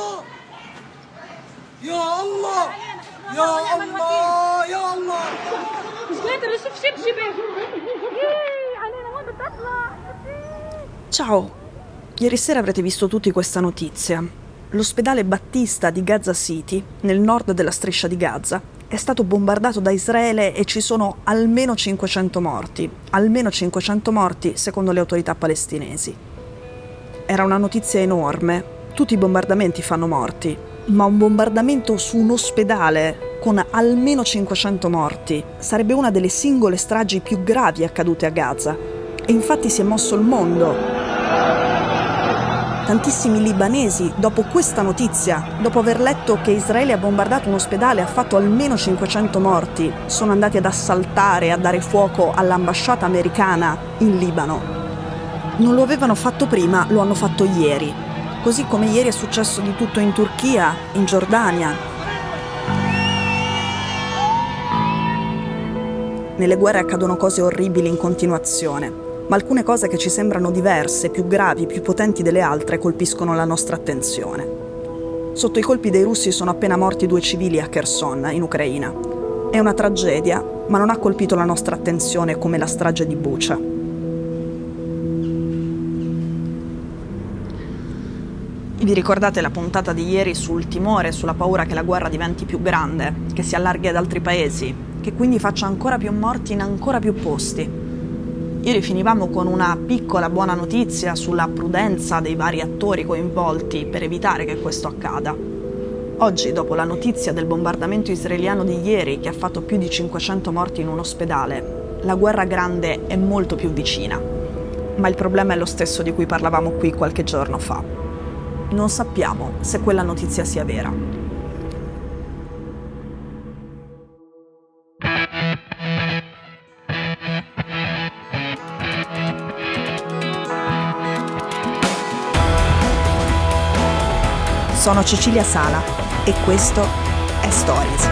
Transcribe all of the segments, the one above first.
الله يا الله يا الله يا الله مش قادر اشوف شبشبه علينا وين بتطلع. Ciao, ieri sera avrete visto tutti questa notizia. L'ospedale Battista di Gaza City, nel nord della striscia di Gaza, è stato bombardato da Israele e ci sono almeno 500 morti. Almeno 500 morti secondo le autorità palestinesi. Era una notizia enorme. Tutti i bombardamenti fanno morti, ma un bombardamento su un ospedale con almeno 500 morti sarebbe una delle singole stragi più gravi accadute a Gaza. E infatti si è mosso il mondo. Tantissimi libanesi, dopo questa notizia, dopo aver letto che Israele ha bombardato un ospedale e ha fatto almeno 500 morti, sono andati ad assaltare e a dare fuoco all'ambasciata americana in Libano. Non lo avevano fatto prima, lo hanno fatto ieri. Così come ieri è successo di tutto in Turchia, in Giordania. Nelle guerre accadono cose orribili in continuazione. Ma alcune cose che ci sembrano diverse, più gravi, più potenti delle altre colpiscono la nostra attenzione. Sotto i colpi dei russi sono appena morti 2 civili a Kherson, in Ucraina. È una tragedia, ma non ha colpito la nostra attenzione come la strage di Bucha. Vi ricordate la puntata di ieri sul timore, sulla paura che la guerra diventi più grande, che si allarghi ad altri paesi, che quindi faccia ancora più morti in ancora più posti? Ieri finivamo con una piccola buona notizia sulla prudenza dei vari attori coinvolti per evitare che questo accada. Oggi, dopo la notizia del bombardamento israeliano di ieri che ha fatto più di 500 morti in un ospedale, la guerra grande è molto più vicina. Ma il problema è lo stesso di cui parlavamo qui qualche giorno fa. Non sappiamo se quella notizia sia vera. Sono Cecilia Sala e questo è Stories.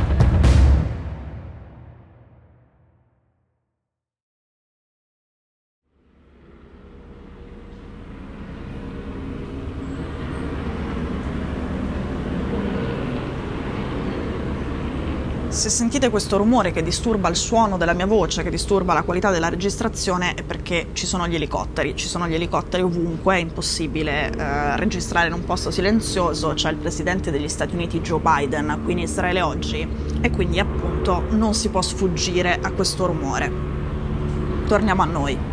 Se sentite questo rumore che disturba il suono della mia voce, che disturba la qualità della registrazione, è perché ci sono gli elicotteri. Ci sono gli elicotteri ovunque, è impossibile registrare in un posto silenzioso. C'è il presidente degli Stati Uniti Joe Biden qui in Israele oggi e quindi appunto non si può sfuggire a questo rumore. Torniamo a noi.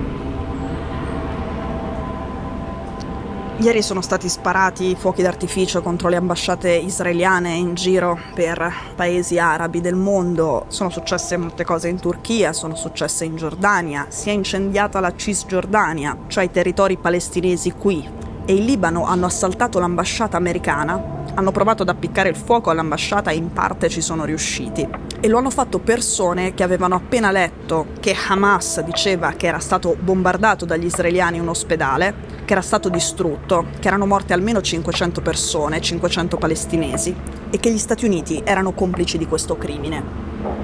Ieri sono stati sparati fuochi d'artificio contro le ambasciate israeliane in giro per paesi arabi del mondo. Sono successe molte cose in Turchia, sono successe in Giordania. Si è incendiata la Cisgiordania, cioè i territori palestinesi qui. E in Libano hanno assaltato l'ambasciata americana, hanno provato ad appiccare il fuoco all'ambasciata e in parte ci sono riusciti. E lo hanno fatto persone che avevano appena letto che Hamas diceva che era stato bombardato dagli israeliani un ospedale, che era stato distrutto, che erano morte almeno 500 persone, 500 palestinesi, e che gli Stati Uniti erano complici di questo crimine.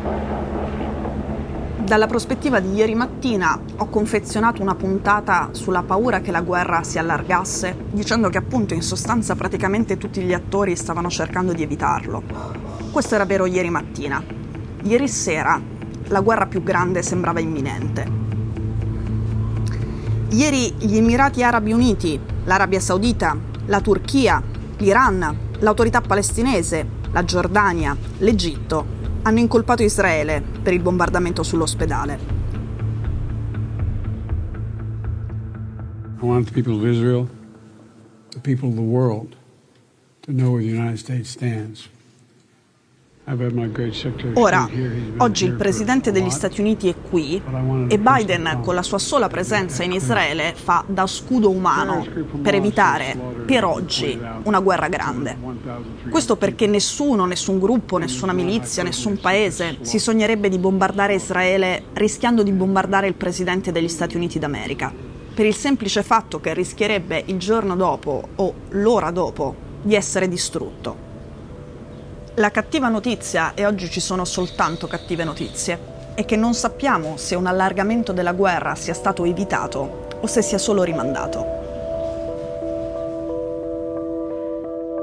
Dalla prospettiva di ieri mattina ho confezionato una puntata sulla paura che la guerra si allargasse, dicendo che appunto in sostanza praticamente tutti gli attori stavano cercando di evitarlo. Questo era vero ieri mattina. Ieri sera la guerra più grande sembrava imminente. Ieri gli Emirati Arabi Uniti, l'Arabia Saudita, la Turchia, l'Iran, l'autorità palestinese, la Giordania, l'Egitto hanno incolpato Israele per il bombardamento sull'ospedale. I want the people of Israel, the people of the world, to know where the United States stands. Ora, oggi il presidente degli Stati Uniti è qui e Biden, con la sua sola presenza in Israele, fa da scudo umano per evitare, per oggi, una guerra grande. Questo perché nessuno, nessun gruppo, nessuna milizia, nessun paese si sognerebbe di bombardare Israele rischiando di bombardare il presidente degli Stati Uniti d'America, per il semplice fatto che rischierebbe il giorno dopo o l'ora dopo di essere distrutto. La cattiva notizia, e oggi ci sono soltanto cattive notizie, è che non sappiamo se un allargamento della guerra sia stato evitato o se sia solo rimandato.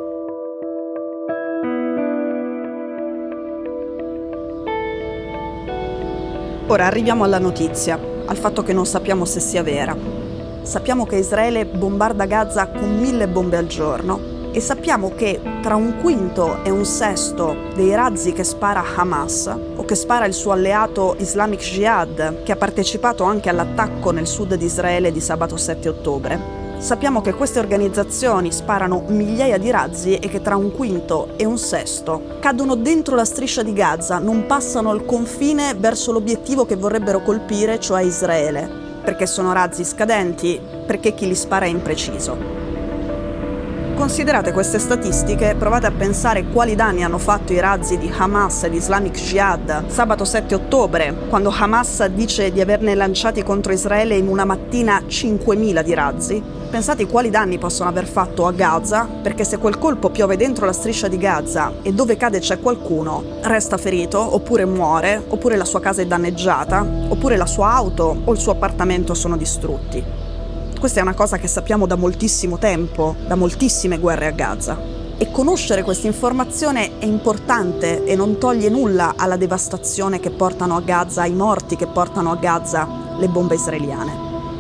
Ora arriviamo alla notizia, al fatto che non sappiamo se sia vera. Sappiamo che Israele bombarda Gaza con 1000 bombe al giorno e sappiamo che tra un quinto e un sesto dei razzi che spara Hamas o che spara il suo alleato Islamic Jihad, che ha partecipato anche all'attacco nel sud di Israele di sabato 7 ottobre, sappiamo che queste organizzazioni sparano migliaia di razzi e che tra un quinto e un sesto cadono dentro la striscia di Gaza, non passano il confine verso l'obiettivo che vorrebbero colpire, cioè Israele, perché sono razzi scadenti, perché chi li spara è impreciso. Considerate queste statistiche, provate a pensare quali danni hanno fatto i razzi di Hamas e di Islamic Jihad sabato 7 ottobre, quando Hamas dice di averne lanciati contro Israele in una mattina 5.000 di razzi. Pensate quali danni possono aver fatto a Gaza, perché se quel colpo piove dentro la striscia di Gaza e dove cade c'è qualcuno, resta ferito, oppure muore, oppure la sua casa è danneggiata, oppure la sua auto o il suo appartamento sono distrutti. Questa è una cosa che sappiamo da moltissimo tempo, da moltissime guerre a Gaza. E conoscere questa informazione è importante e non toglie nulla alla devastazione che portano a Gaza, ai morti che portano a Gaza le bombe israeliane.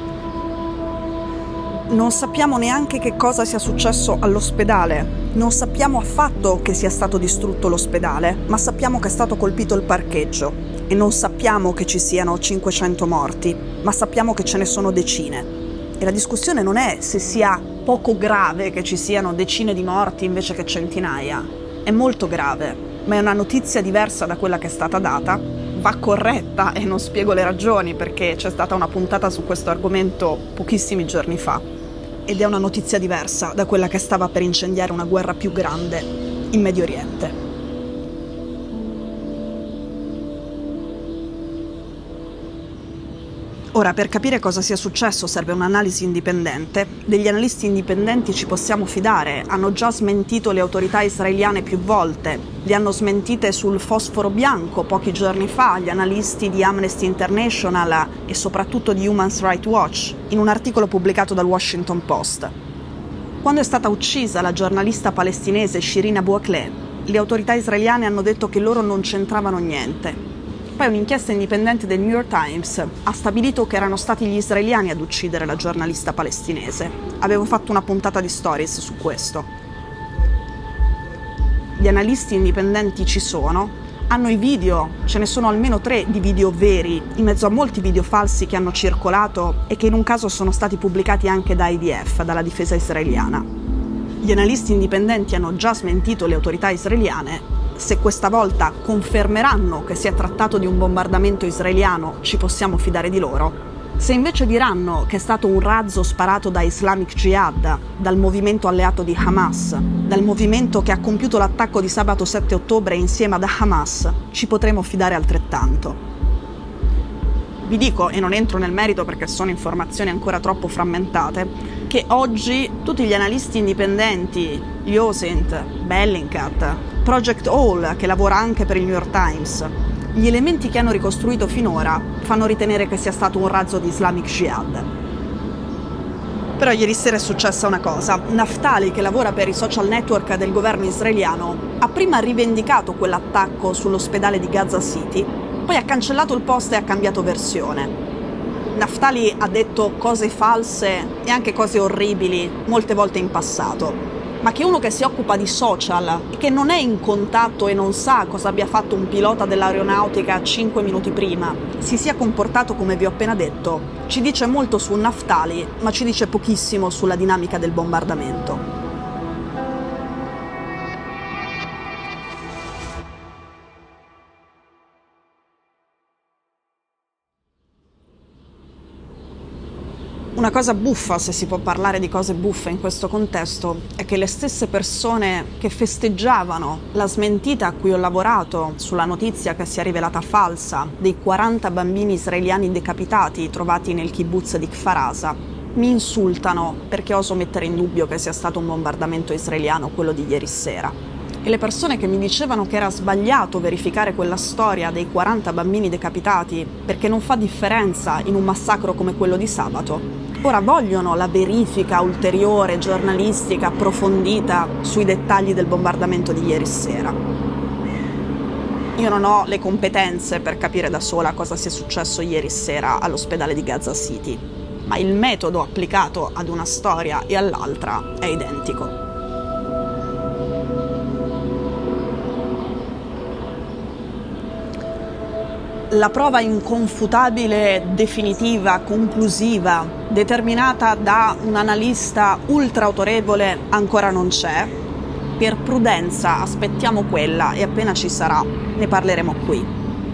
Non sappiamo neanche che cosa sia successo all'ospedale. Non sappiamo affatto che sia stato distrutto l'ospedale, ma sappiamo che è stato colpito il parcheggio. E non sappiamo che ci siano 500 morti, ma sappiamo che ce ne sono decine. E la discussione non è se sia poco grave che ci siano decine di morti invece che centinaia. È molto grave, ma è una notizia diversa da quella che è stata data. Va corretta e non spiego le ragioni perché c'è stata una puntata su questo argomento pochissimi giorni fa. Ed è una notizia diversa da quella che stava per incendiare una guerra più grande in Medio Oriente. Ora, per capire cosa sia successo serve un'analisi indipendente. Degli analisti indipendenti ci possiamo fidare, hanno già smentito le autorità israeliane più volte, li hanno smentite sul fosforo bianco pochi giorni fa gli analisti di Amnesty International e soprattutto di Human Rights Watch, in un articolo pubblicato dal Washington Post. Quando è stata uccisa la giornalista palestinese Shirin Abu Akleh, le autorità israeliane hanno detto che loro non c'entravano niente. Poi un'inchiesta indipendente del New York Times ha stabilito che erano stati gli israeliani ad uccidere la giornalista palestinese. Avevo fatto una puntata di stories su questo. Gli analisti indipendenti ci sono, hanno i video, ce ne sono almeno 3 di video veri, in mezzo a molti video falsi che hanno circolato e che in un caso sono stati pubblicati anche da IDF, dalla difesa israeliana. Gli analisti indipendenti hanno già smentito le autorità israeliane. Se questa volta confermeranno che si è trattato di un bombardamento israeliano, ci possiamo fidare di loro. Se invece diranno che è stato un razzo sparato da Islamic Jihad, dal movimento alleato di Hamas, dal movimento che ha compiuto l'attacco di sabato 7 ottobre insieme ad Hamas, ci potremo fidare altrettanto. Vi dico, e non entro nel merito perché sono informazioni ancora troppo frammentate, che oggi tutti gli analisti indipendenti, Yosint, Bellingcat, Project Hall, che lavora anche per il New York Times, gli elementi che hanno ricostruito finora fanno ritenere che sia stato un razzo di Islamic Jihad. Però ieri sera è successa una cosa. Naftali, che lavora per i social network del governo israeliano, ha prima rivendicato quell'attacco sull'ospedale di Gaza City, poi ha cancellato il post e ha cambiato versione. Naftali ha detto cose false e anche cose orribili molte volte in passato, ma che uno che si occupa di social e che non è in contatto e non sa cosa abbia fatto un pilota dell'aeronautica 5 minuti prima, si sia comportato come vi ho appena detto, ci dice molto su Naftali, ma ci dice pochissimo sulla dinamica del bombardamento. Una cosa buffa, se si può parlare di cose buffe in questo contesto, è che le stesse persone che festeggiavano la smentita a cui ho lavorato sulla notizia che si è rivelata falsa dei 40 bambini israeliani decapitati trovati nel kibbutz di Kfar Aza, mi insultano perché oso mettere in dubbio che sia stato un bombardamento israeliano quello di ieri sera. E le persone che mi dicevano che era sbagliato verificare quella storia dei 40 bambini decapitati perché non fa differenza in un massacro come quello di sabato, ora vogliono la verifica ulteriore, giornalistica, approfondita sui dettagli del bombardamento di ieri sera. Io non ho le competenze per capire da sola cosa sia successo ieri sera all'ospedale di Gaza City, ma il metodo applicato ad una storia e all'altra è identico. La prova inconfutabile, definitiva, conclusiva, determinata da un analista ultra autorevole ancora non c'è. Per prudenza aspettiamo quella e appena ci sarà ne parleremo qui.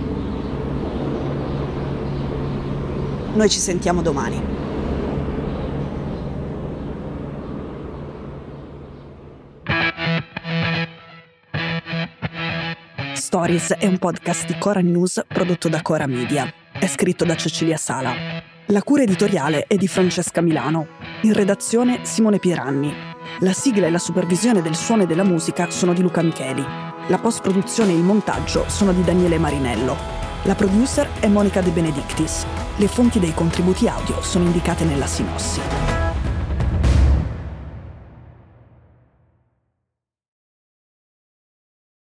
Noi ci sentiamo domani. Stories è un podcast di Cora News prodotto da Cora Media. È scritto da Cecilia Sala. La cura editoriale è di Francesca Milano. In redazione Simone Pieranni. La sigla e la supervisione del suono e della musica sono di Luca Micheli. La post-produzione e il montaggio sono di Daniele Marinello. La producer è Monica De Benedictis. Le fonti dei contributi audio sono indicate nella sinossi.